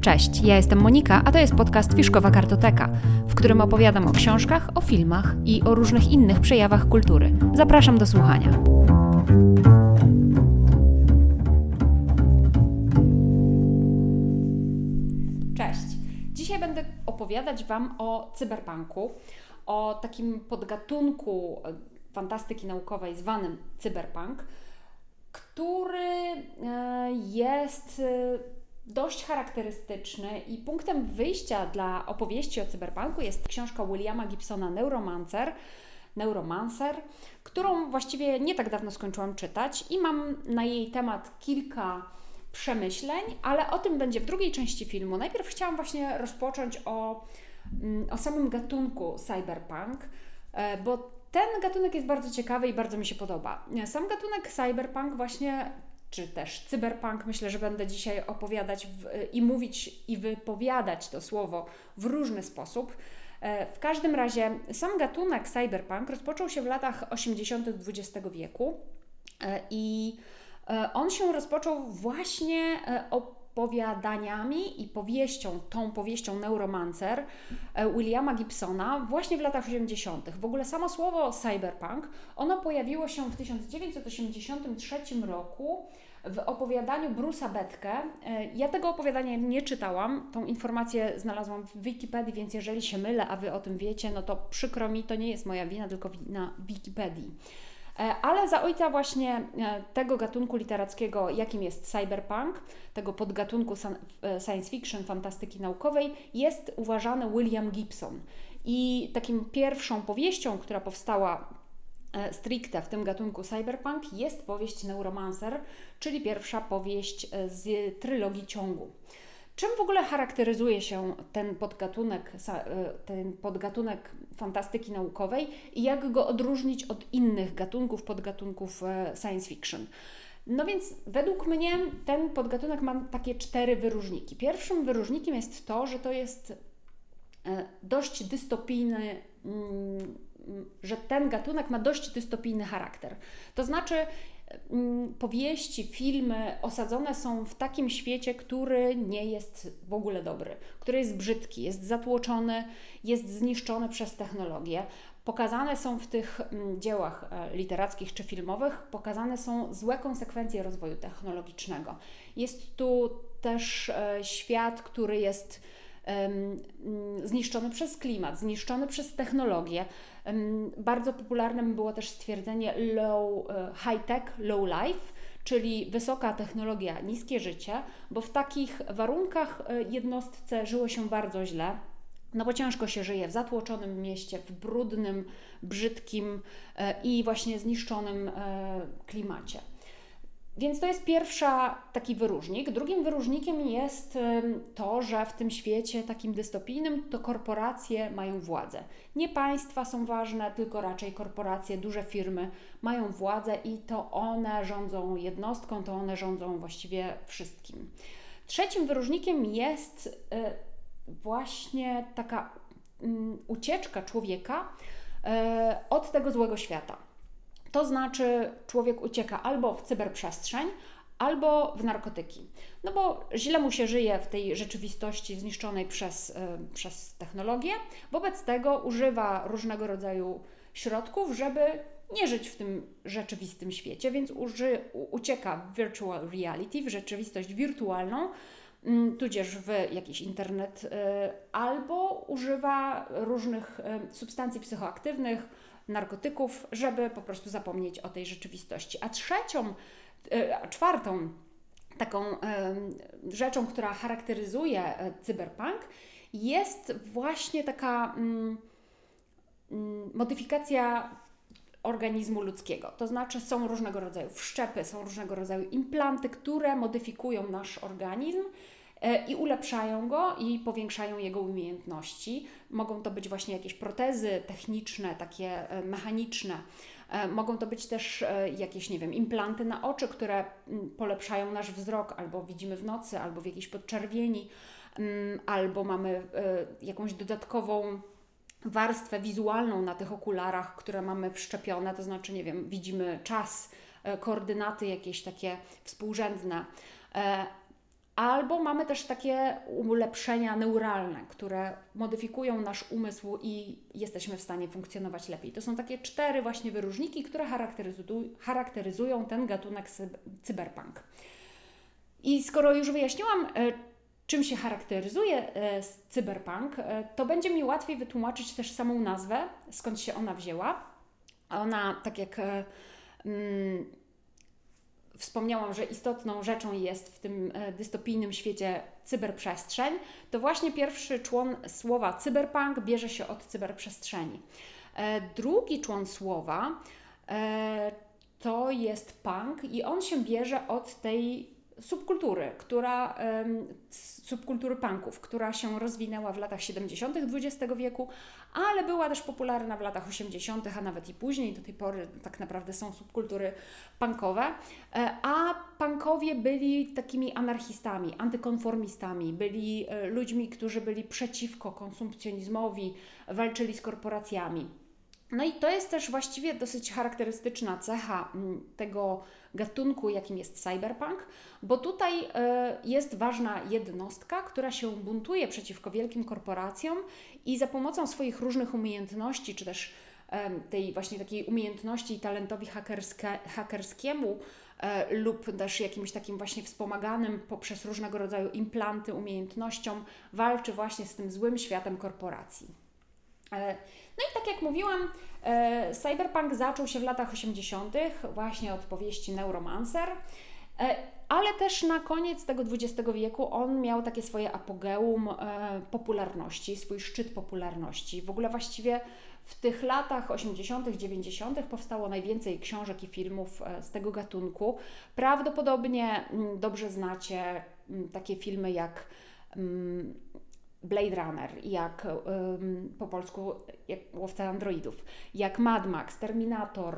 Cześć, ja jestem Monika, a to jest podcast Fiszkowa Kartoteka, w którym opowiadam o książkach, o filmach i o różnych innych przejawach kultury. Zapraszam do słuchania. Cześć, dzisiaj będę opowiadać Wam o cyberpunku, o takim podgatunku fantastyki naukowej zwanym cyberpunk, który jest dość charakterystyczny i punktem wyjścia dla opowieści o cyberpunku jest książka Williama Gibsona Neuromancer, którą właściwie nie tak dawno skończyłam czytać i mam na jej temat kilka przemyśleń, ale o tym będzie w drugiej części filmu. Najpierw chciałam właśnie rozpocząć o samym gatunku cyberpunk, bo ten gatunek jest bardzo ciekawy i bardzo mi się podoba. Sam gatunek cyberpunk właśnie, czy też cyberpunk, myślę, że będę dzisiaj opowiadać i mówić i wypowiadać to słowo w różny sposób. W każdym razie sam gatunek cyberpunk rozpoczął się w latach 80. XX wieku i on się rozpoczął właśnie opowiadaniami i tą powieścią Neuromancer Williama Gibsona właśnie w latach 80. W ogóle samo słowo cyberpunk, ono pojawiło się w 1983 roku w opowiadaniu Bruce'a Betke. Ja tego opowiadania nie czytałam, tą informację znalazłam w Wikipedii, więc jeżeli się mylę, a Wy o tym wiecie, no to przykro mi, to nie jest moja wina, tylko wina Wikipedii. Ale za ojca właśnie tego gatunku literackiego, jakim jest cyberpunk, tego podgatunku science fiction, fantastyki naukowej, jest uważany William Gibson. I takim pierwszą powieścią, która powstała stricte w tym gatunku cyberpunk, jest powieść Neuromancer, czyli pierwsza powieść z trylogii ciągu. Czym w ogóle charakteryzuje się ten podgatunek fantastyki naukowej i jak go odróżnić od innych podgatunków science fiction? No więc według mnie ten podgatunek ma takie 4 wyróżniki. Pierwszym wyróżnikiem jest to, że to jest dość dystopijny, że ten gatunek ma dość dystopijny charakter. To znaczy powieści, filmy osadzone są w takim świecie, który nie jest w ogóle dobry, który jest brzydki, jest zatłoczony, jest zniszczony przez technologię. Pokazane są w tych dziełach literackich czy filmowych, pokazane są złe konsekwencje rozwoju technologicznego. Jest tu też świat, który jest zniszczony przez klimat, zniszczony przez technologię. Bardzo popularnym było też stwierdzenie high tech, low life, czyli wysoka technologia, niskie życie, bo w takich warunkach jednostce żyło się bardzo źle, no bo ciężko się żyje w zatłoczonym mieście, w brudnym, brzydkim i właśnie zniszczonym klimacie. Więc to jest taki wyróżnik. Drugim wyróżnikiem jest to, że w tym świecie takim dystopijnym to korporacje mają władzę. Nie państwa są ważne, tylko raczej korporacje, duże firmy mają władzę i to one rządzą jednostką, to one rządzą właściwie wszystkim. Trzecim wyróżnikiem jest właśnie taka ucieczka człowieka od tego złego świata. To znaczy człowiek ucieka albo w cyberprzestrzeń, albo w narkotyki. No bo źle mu się żyje w tej rzeczywistości zniszczonej przez technologię. Wobec tego używa różnego rodzaju środków, żeby nie żyć w tym rzeczywistym świecie, więc ucieka w virtual reality, w rzeczywistość wirtualną, tudzież w jakiś internet, albo używa różnych substancji psychoaktywnych, narkotyków, żeby po prostu zapomnieć o tej rzeczywistości. A czwartą taką rzeczą, która charakteryzuje cyberpunk, jest właśnie taka modyfikacja organizmu ludzkiego. To znaczy są różnego rodzaju wszczepy, są różnego rodzaju implanty, które modyfikują nasz organizm i ulepszają go i powiększają jego umiejętności. Mogą to być właśnie jakieś protezy techniczne, takie mechaniczne. Mogą to być też jakieś, nie wiem, implanty na oczy, które polepszają nasz wzrok, albo widzimy w nocy, albo w jakiejś podczerwieni, albo mamy jakąś dodatkową warstwę wizualną na tych okularach, które mamy wszczepione, to znaczy, nie wiem, widzimy czas, koordynaty jakieś takie współrzędne. Albo mamy też takie ulepszenia neuralne, które modyfikują nasz umysł i jesteśmy w stanie funkcjonować lepiej. To są takie 4 właśnie wyróżniki, które charakteryzują ten gatunek cyberpunk. I skoro już wyjaśniłam, czym się charakteryzuje cyberpunk, to będzie mi łatwiej wytłumaczyć też samą nazwę, skąd się ona wzięła. Ona, tak jak wspomniałam, że istotną rzeczą jest w tym dystopijnym świecie cyberprzestrzeń, to właśnie pierwszy człon słowa cyberpunk bierze się od cyberprzestrzeni. Drugi człon słowa to jest punk i on się bierze od tej subkultury punków, która się rozwinęła w latach 70. XX wieku, ale była też popularna w latach 80., a nawet i później. Do tej pory tak naprawdę są subkultury punkowe, a punkowie byli takimi anarchistami, antykonformistami, byli ludźmi, którzy byli przeciwko konsumpcjonizmowi, walczyli z korporacjami. No i to jest też właściwie dosyć charakterystyczna cecha tego gatunku, jakim jest cyberpunk, bo tutaj jest ważna jednostka, która się buntuje przeciwko wielkim korporacjom i za pomocą swoich różnych umiejętności, czy też tej właśnie takiej umiejętności i talentowi hakerskiemu lub też jakimś takim właśnie wspomaganym poprzez różnego rodzaju implanty umiejętnościom, walczy właśnie z tym złym światem korporacji. No i tak jak mówiłam, cyberpunk zaczął się w latach 80. właśnie od powieści Neuromancer, ale też na koniec tego XX wieku on miał takie swoje apogeum popularności, swój szczyt popularności. W ogóle właściwie w tych latach 80., 90. powstało najwięcej książek i filmów z tego gatunku. Prawdopodobnie dobrze znacie takie filmy jak Blade Runner, jak po polsku jak Łowca Androidów, jak Mad Max, Terminator,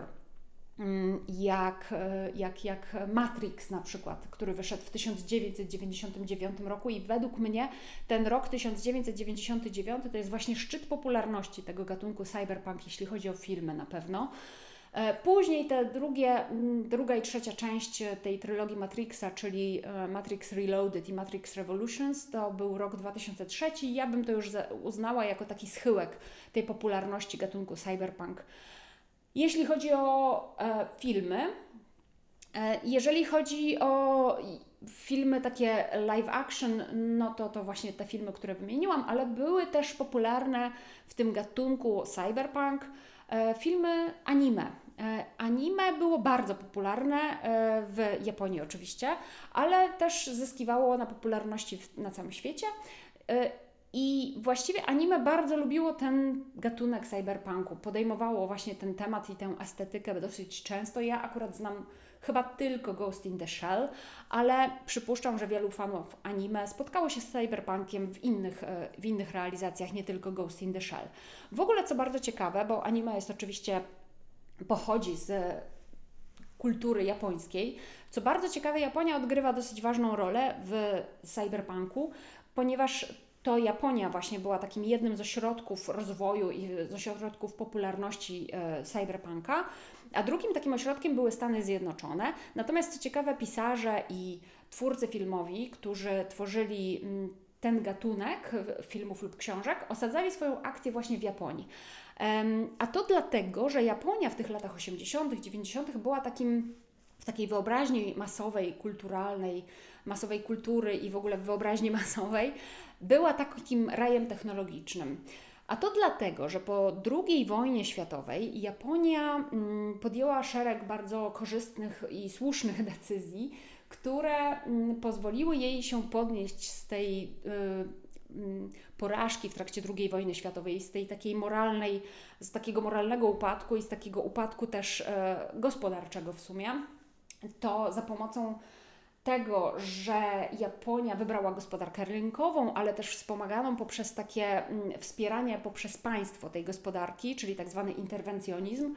jak Matrix na przykład, który wyszedł w 1999 roku i według mnie ten rok 1999 to jest właśnie szczyt popularności tego gatunku cyberpunk, jeśli chodzi o filmy na pewno. Później te druga i trzecia część tej trylogii Matrixa, czyli Matrix Reloaded i Matrix Revolutions, to był rok 2003 i ja bym to już uznała jako taki schyłek tej popularności gatunku cyberpunk. Jeśli chodzi o filmy, jeżeli chodzi o filmy takie live action, no to właśnie te filmy, które wymieniłam, ale były też popularne w tym gatunku cyberpunk filmy anime. Anime było bardzo popularne w Japonii oczywiście, ale też zyskiwało na popularności na całym świecie. I właściwie anime bardzo lubiło ten gatunek cyberpunku, podejmowało właśnie ten temat i tę estetykę dosyć często. Ja akurat znam chyba tylko Ghost in the Shell, ale przypuszczam, że wielu fanów anime spotkało się z cyberpunkiem w innych realizacjach, nie tylko Ghost in the Shell. W ogóle co bardzo ciekawe, bo anime jest oczywiście, pochodzi z kultury japońskiej. Co bardzo ciekawe, Japonia odgrywa dosyć ważną rolę w cyberpunku, ponieważ to Japonia właśnie była takim jednym z ośrodków rozwoju i z ośrodków popularności cyberpunka, a drugim takim ośrodkiem były Stany Zjednoczone. Natomiast co ciekawe, pisarze i twórcy filmowi, którzy tworzyli ten gatunek filmów lub książek, osadzali swoją akcję właśnie w Japonii. A to dlatego, że Japonia w tych latach 80., 90. była w takiej wyobraźni masowej, kulturalnej, masowej kultury i w ogóle w wyobraźni masowej, była takim rajem technologicznym. A to dlatego, że po II wojnie światowej Japonia podjęła szereg bardzo korzystnych i słusznych decyzji, które pozwoliły jej się podnieść z tej porażki w trakcie II wojny światowej, z takiego moralnego upadku i z takiego upadku też gospodarczego w sumie. To za pomocą tego, że Japonia wybrała gospodarkę rynkową, ale też wspomaganą poprzez takie wspieranie poprzez państwo tej gospodarki, czyli tak zwany interwencjonizm,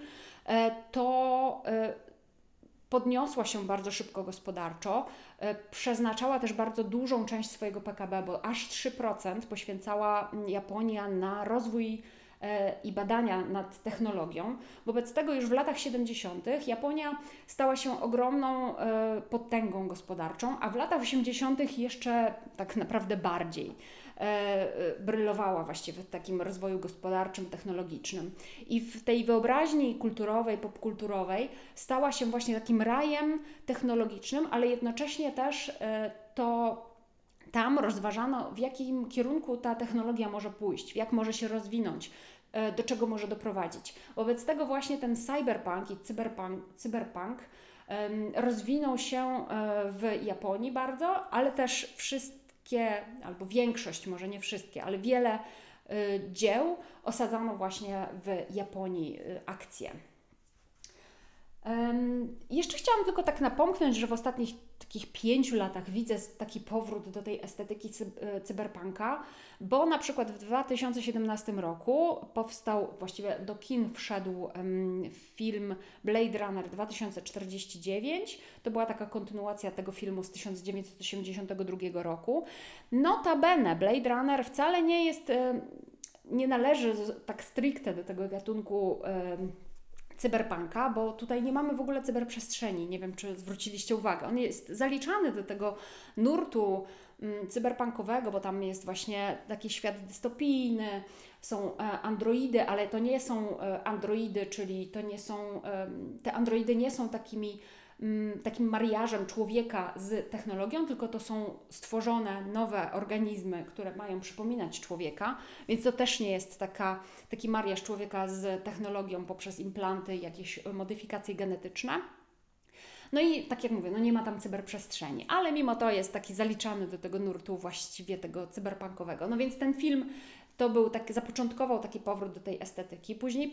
to podniosła się bardzo szybko gospodarczo, przeznaczała też bardzo dużą część swojego PKB, bo aż 3% poświęcała Japonia na rozwój i badania nad technologią. Wobec tego już w latach 70. Japonia stała się ogromną potęgą gospodarczą, a w latach 80. jeszcze tak naprawdę bardziej brylowała właściwie w takim rozwoju gospodarczym, technologicznym. I w tej wyobraźni kulturowej, popkulturowej stała się właśnie takim rajem technologicznym, ale jednocześnie też to tam rozważano, w jakim kierunku ta technologia może pójść, jak może się rozwinąć, do czego może doprowadzić. Wobec tego właśnie ten cyberpunk i cyberpunk rozwinął się w Japonii bardzo, ale też wszystkie, albo większość, może nie wszystkie, ale wiele dzieł osadzano właśnie w Japonii akcje. Jeszcze chciałam tylko tak napomknąć, że w ostatnich takich 5 latach widzę taki powrót do tej estetyki cyberpunka, bo na przykład w 2017 roku powstał, właściwie do kin wszedł film Blade Runner 2049. To była taka kontynuacja tego filmu z 1982 roku. Notabene Blade Runner wcale nie jest, nie należy tak stricte do tego gatunku cyberpunka, bo tutaj nie mamy w ogóle cyberprzestrzeni. Nie wiem, czy zwróciliście uwagę. On jest zaliczany do tego nurtu cyberpunkowego, bo tam jest właśnie taki świat dystopijny, są androidy, ale to nie są androidy, czyli to nie są, te androidy nie są takim mariażem człowieka z technologią, tylko to są stworzone nowe organizmy, które mają przypominać człowieka, więc to też nie jest taki mariaż człowieka z technologią poprzez implanty, jakieś modyfikacje genetyczne. No i tak jak mówię, no nie ma tam cyberprzestrzeni, ale mimo to jest taki zaliczany do tego nurtu właściwie tego cyberpunkowego. No więc ten film to był taki, zapoczątkował taki powrót do tej estetyki. Później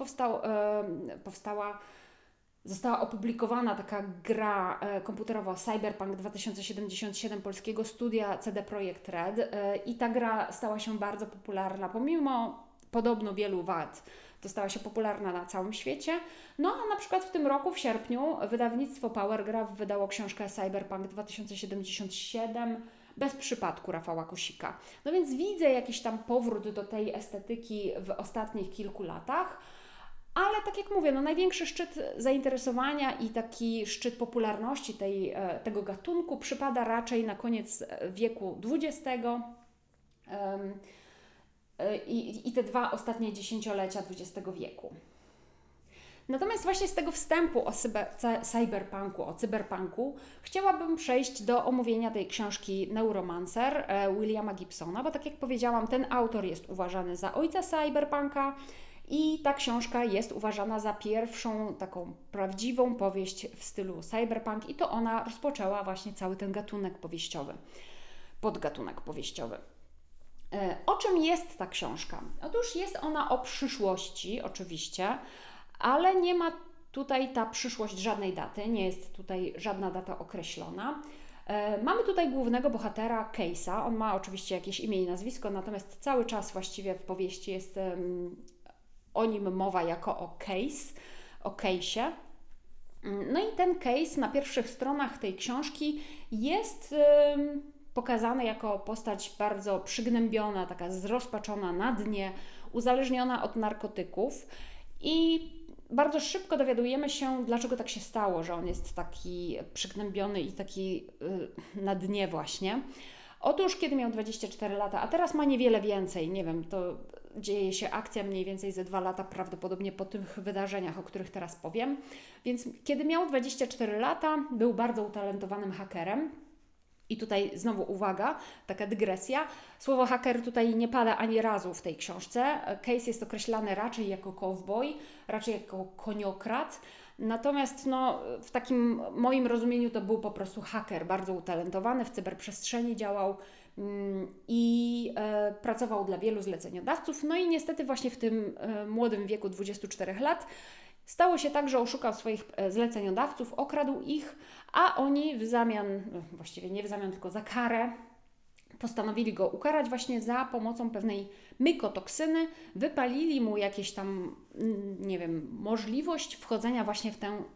została opublikowana taka gra komputerowa Cyberpunk 2077 polskiego studia CD Projekt Red i ta gra stała się bardzo popularna, pomimo podobno wielu wad. To stała się popularna na całym świecie. No a na przykład w tym roku, w sierpniu, wydawnictwo Powergraph wydało książkę Cyberpunk 2077 bez przypadku Rafała Kosika. No więc widzę jakiś tam powrót do tej estetyki w ostatnich kilku latach. Ale tak jak mówię, no największy szczyt zainteresowania i taki szczyt popularności tego gatunku przypada raczej na koniec wieku XX i te 2 ostatnie dziesięciolecia XX wieku. Natomiast właśnie z tego wstępu o cyberpunku, o cyberpunku, chciałabym przejść do omówienia tej książki Neuromancer Williama Gibsona, bo tak jak powiedziałam, ten autor jest uważany za ojca cyberpunka, i ta książka jest uważana za pierwszą taką prawdziwą powieść w stylu cyberpunk i to ona rozpoczęła właśnie cały ten gatunek powieściowy, podgatunek powieściowy. O czym jest ta książka? Otóż jest ona o przyszłości oczywiście, ale nie ma tutaj ta przyszłość żadnej daty, nie jest tutaj żadna data określona. Mamy tutaj głównego bohatera Case'a, on ma oczywiście jakieś imię i nazwisko, natomiast cały czas właściwie w powieści jest o nim mowa jako o case'ie. No i ten case na pierwszych stronach tej książki jest pokazany jako postać bardzo przygnębiona, taka zrozpaczona na dnie, uzależniona od narkotyków i bardzo szybko dowiadujemy się, dlaczego tak się stało, że on jest taki przygnębiony i taki na dnie właśnie. Otóż kiedy miał 24 lata, a teraz ma niewiele więcej, nie wiem, to dzieje się akcja mniej więcej ze 2 lata prawdopodobnie po tych wydarzeniach, o których teraz powiem. Więc kiedy miał 24 lata, był bardzo utalentowanym hakerem. I tutaj znowu uwaga, taka dygresja. Słowo haker tutaj nie pada ani razu w tej książce. Case jest określany raczej jako cowboy, raczej jako koniokrat. Natomiast no, w takim moim rozumieniu to był po prostu haker, bardzo utalentowany, w cyberprzestrzeni działał i pracował dla wielu zleceniodawców. No i niestety właśnie w tym młodym wieku 24 lat stało się tak, że oszukał swoich zleceniodawców, okradł ich, a oni w zamian, właściwie nie w zamian, tylko za karę, postanowili go ukarać właśnie za pomocą pewnej mykotoksyny, wypalili mu jakieś tam, nie wiem, możliwość wchodzenia właśnie w tę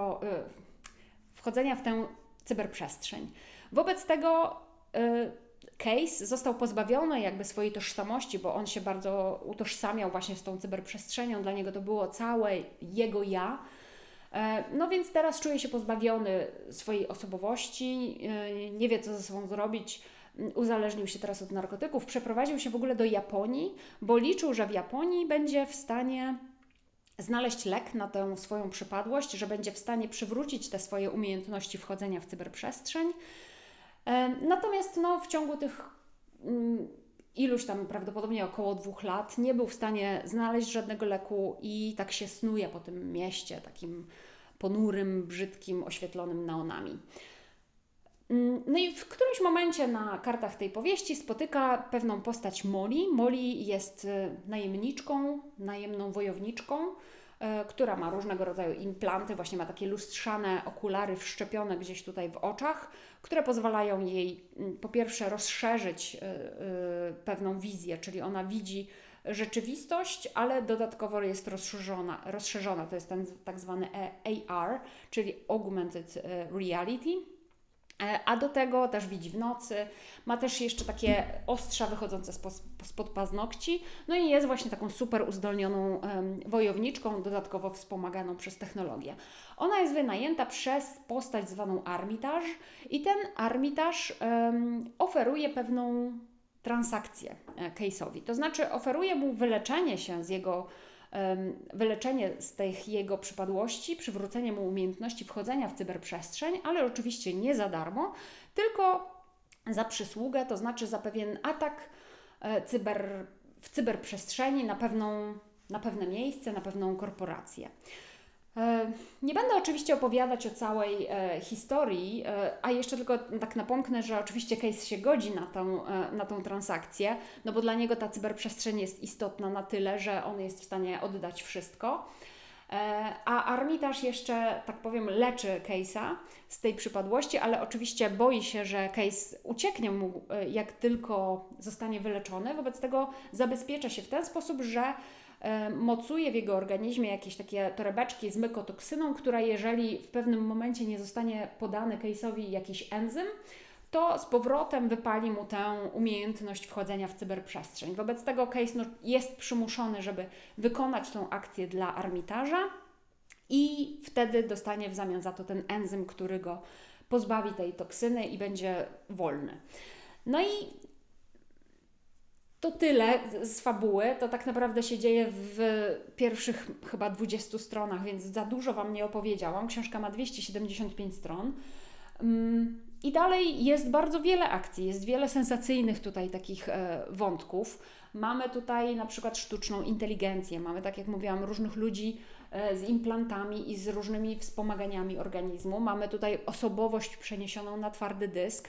wchodzenia w tę cyberprzestrzeń. Wobec tego Case został pozbawiony jakby swojej tożsamości, bo on się bardzo utożsamiał właśnie z tą cyberprzestrzenią, dla niego to było całe jego ja. No więc teraz czuje się pozbawiony swojej osobowości, nie wie co ze sobą zrobić, uzależnił się teraz od narkotyków, przeprowadził się w ogóle do Japonii, bo liczył, że w Japonii będzie w stanie znaleźć lek na tę swoją przypadłość, że będzie w stanie przywrócić te swoje umiejętności wchodzenia w cyberprzestrzeń. Natomiast w ciągu tych iluś tam prawdopodobnie około 2 lat nie był w stanie znaleźć żadnego leku i tak się snuje po tym mieście, takim ponurym, brzydkim, oświetlonym neonami. No i w którymś momencie na kartach tej powieści spotyka pewną postać Molly. Molly jest najemniczką, najemną wojowniczką, która ma różnego rodzaju implanty, właśnie ma takie lustrzane okulary wszczepione gdzieś tutaj w oczach, które pozwalają jej po pierwsze rozszerzyć pewną wizję, czyli ona widzi rzeczywistość, ale dodatkowo jest rozszerzona. To jest ten tak zwany AR, czyli Augmented Reality. A do tego też widzi w nocy, ma też jeszcze takie ostrza wychodzące spod paznokci, no i jest właśnie taką super uzdolnioną wojowniczką, dodatkowo wspomaganą przez technologię. Ona jest wynajęta przez postać zwaną Armitage i ten Armitage oferuje pewną transakcję Case'owi, to znaczy oferuje mu wyleczenie z tych jego przypadłości, przywrócenie mu umiejętności wchodzenia w cyberprzestrzeń, ale oczywiście nie za darmo, tylko za przysługę, to znaczy za pewien atak w cyberprzestrzeni na pewne miejsce, na pewną korporację. Nie będę oczywiście opowiadać o całej historii, a jeszcze tylko tak napomknę, że oczywiście Case się godzi na tą transakcję, no bo dla niego ta cyberprzestrzeń jest istotna na tyle, że on jest w stanie oddać wszystko. A Armitage jeszcze, tak powiem, leczy Case'a z tej przypadłości, ale oczywiście boi się, że Case ucieknie mu, jak tylko zostanie wyleczony. Wobec tego zabezpiecza się w ten sposób, że mocuje w jego organizmie jakieś takie torebeczki z mykotoksyną, która jeżeli w pewnym momencie nie zostanie podany Case'owi jakiś enzym, to z powrotem wypali mu tę umiejętność wchodzenia w cyberprzestrzeń. Wobec tego Case jest przymuszony, żeby wykonać tą akcję dla Armitage'a i wtedy dostanie w zamian za to ten enzym, który go pozbawi tej toksyny i będzie wolny. No i to tyle z fabuły, to tak naprawdę się dzieje w pierwszych chyba 20 stronach, więc za dużo Wam nie opowiedziałam. Książka ma 275 stron. I dalej jest bardzo wiele akcji, jest wiele sensacyjnych tutaj takich wątków. Mamy tutaj na przykład sztuczną inteligencję, mamy, tak jak mówiłam, różnych ludzi z implantami i z różnymi wspomaganiami organizmu. Mamy tutaj osobowość przeniesioną na twardy dysk.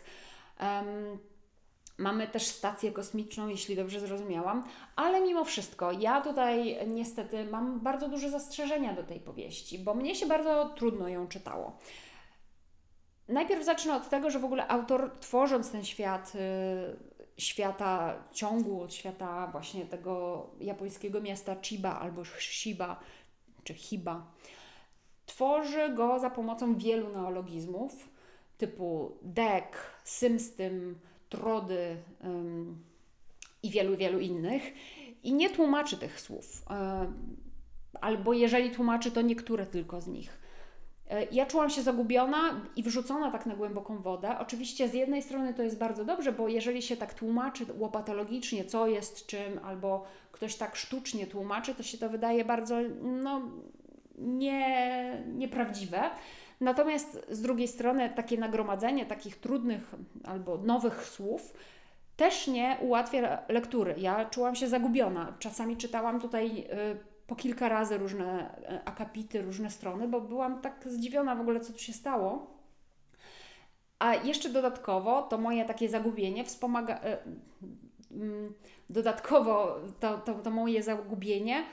Mamy też stację kosmiczną, jeśli dobrze zrozumiałam, ale mimo wszystko ja tutaj niestety mam bardzo duże zastrzeżenia do tej powieści, bo mnie się bardzo trudno ją czytało. Najpierw zacznę od tego, że w ogóle autor, tworząc ten świata ciągu, świata właśnie tego japońskiego miasta Chiba albo Shiba czy Hiba, tworzy go za pomocą wielu neologizmów typu dek, symstym, trody i wielu, wielu innych i nie tłumaczy tych słów. Albo jeżeli tłumaczy, to niektóre tylko z nich. Ja czułam się zagubiona i wrzucona tak na głęboką wodę. Oczywiście z jednej strony to jest bardzo dobrze, bo jeżeli się tak tłumaczy łopatologicznie, co jest czym, albo ktoś tak sztucznie tłumaczy, to się to wydaje bardzo nieprawdziwe. Natomiast z drugiej strony takie nagromadzenie takich trudnych albo nowych słów też nie ułatwia lektury. Ja czułam się zagubiona. Czasami czytałam tutaj po kilka razy różne akapity, różne strony, bo byłam tak zdziwiona w ogóle, co tu się stało. A jeszcze dodatkowo to moje takie zagubienie wspomaga... Dodatkowo to moje zagubienie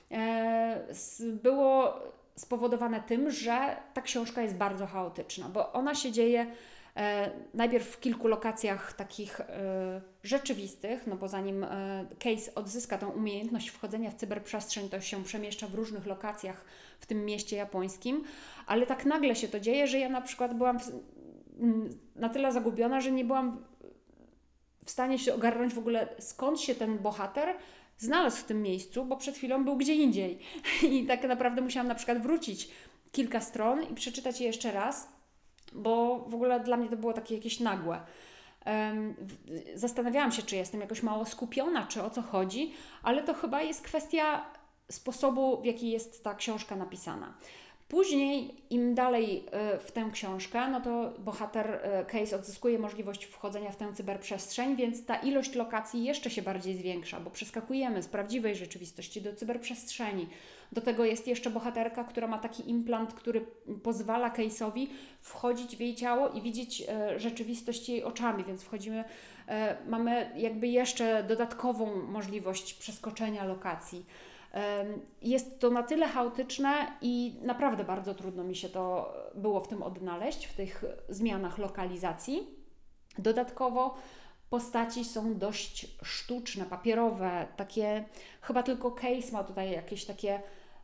było spowodowane tym, że ta książka jest bardzo chaotyczna, bo ona się dzieje najpierw w kilku lokacjach takich rzeczywistych, no bo zanim Case odzyska tą umiejętność wchodzenia w cyberprzestrzeń, to się przemieszcza w różnych lokacjach w tym mieście japońskim, ale tak nagle się to dzieje, że ja na przykład byłam na tyle zagubiona, że nie byłam w stanie się ogarnąć w ogóle, skąd się ten bohater znalazł w tym miejscu, bo przed chwilą był gdzie indziej. I tak naprawdę musiałam na przykład wrócić kilka stron i przeczytać je jeszcze raz, bo w ogóle dla mnie to było takie jakieś nagłe. Zastanawiałam się, czy jestem jakoś mało skupiona, czy o co chodzi, ale to chyba jest kwestia sposobu, w jaki jest ta książka napisana. Później, im dalej w tę książkę, no to bohater Case odzyskuje możliwość wchodzenia w tę cyberprzestrzeń, więc ta ilość lokacji jeszcze się bardziej zwiększa, bo przeskakujemy z prawdziwej rzeczywistości do cyberprzestrzeni. Do tego jest jeszcze bohaterka, która ma taki implant, który pozwala Case'owi wchodzić w jej ciało i widzieć rzeczywistość jej oczami, więc mamy jakby jeszcze dodatkową możliwość przeskoczenia lokacji. Jest to na tyle chaotyczne i naprawdę bardzo trudno mi się to było w tym odnaleźć, w tych zmianach lokalizacji. Dodatkowo postaci są dość sztuczne, papierowe, takie, chyba tylko Case ma tutaj jakieś takie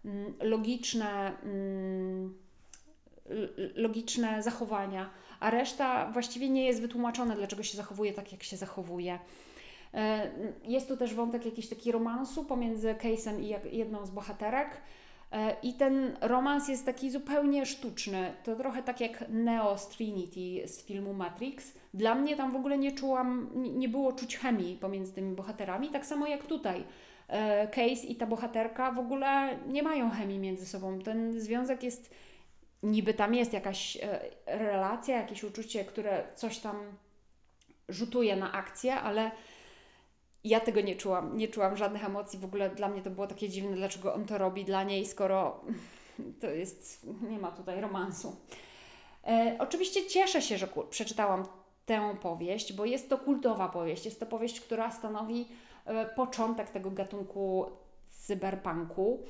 logiczne zachowania, a reszta właściwie nie jest wytłumaczone, dlaczego się zachowuje tak, jak się zachowuje. Jest tu też wątek jakiś taki romansu pomiędzy Case'em i jedną z bohaterek i ten romans jest taki zupełnie sztuczny. To trochę tak jak Neo z Trinity z filmu Matrix. Dla mnie tam w ogóle nie było czuć chemii pomiędzy tymi bohaterami, tak samo jak tutaj. Case i ta bohaterka w ogóle nie mają chemii między sobą. Ten związek jest, niby tam jest jakaś relacja, jakieś uczucie, które coś tam rzutuje na akcję, ale ja tego nie czułam. Nie czułam żadnych emocji. W ogóle dla mnie to było takie dziwne, dlaczego on to robi dla niej, skoro nie ma tutaj romansu. Oczywiście cieszę się, że przeczytałam tę powieść, bo jest to kultowa powieść. Jest to powieść, która stanowi początek tego gatunku cyberpunku,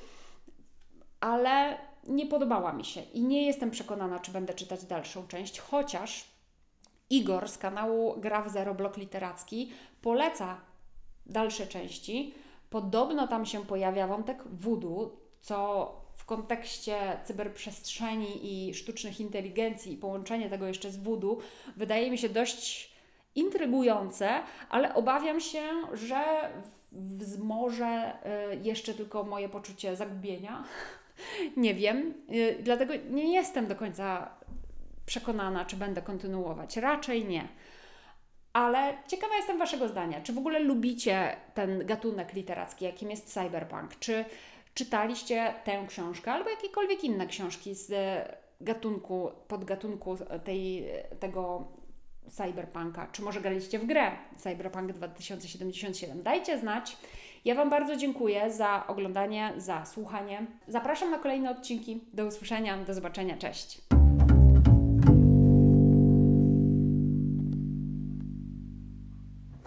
ale nie podobała mi się i nie jestem przekonana, czy będę czytać dalszą część, chociaż Igor z kanału Gra w Zero Blok Literacki poleca dalsze części. Podobno tam się pojawia wątek voodoo, co w kontekście cyberprzestrzeni i sztucznych inteligencji i połączenie tego jeszcze z voodoo wydaje mi się dość intrygujące, ale obawiam się, że wzmoże jeszcze tylko moje poczucie zagubienia. Nie wiem, dlatego nie jestem do końca przekonana, czy będę kontynuować. Raczej nie. Ale ciekawa jestem Waszego zdania. Czy w ogóle lubicie ten gatunek literacki, jakim jest cyberpunk? Czy czytaliście tę książkę albo jakiekolwiek inne książki z podgatunku tego cyberpunka? Czy może graliście w grę Cyberpunk 2077? Dajcie znać. Ja Wam bardzo dziękuję za oglądanie, za słuchanie. Zapraszam na kolejne odcinki. Do usłyszenia, do zobaczenia. Cześć!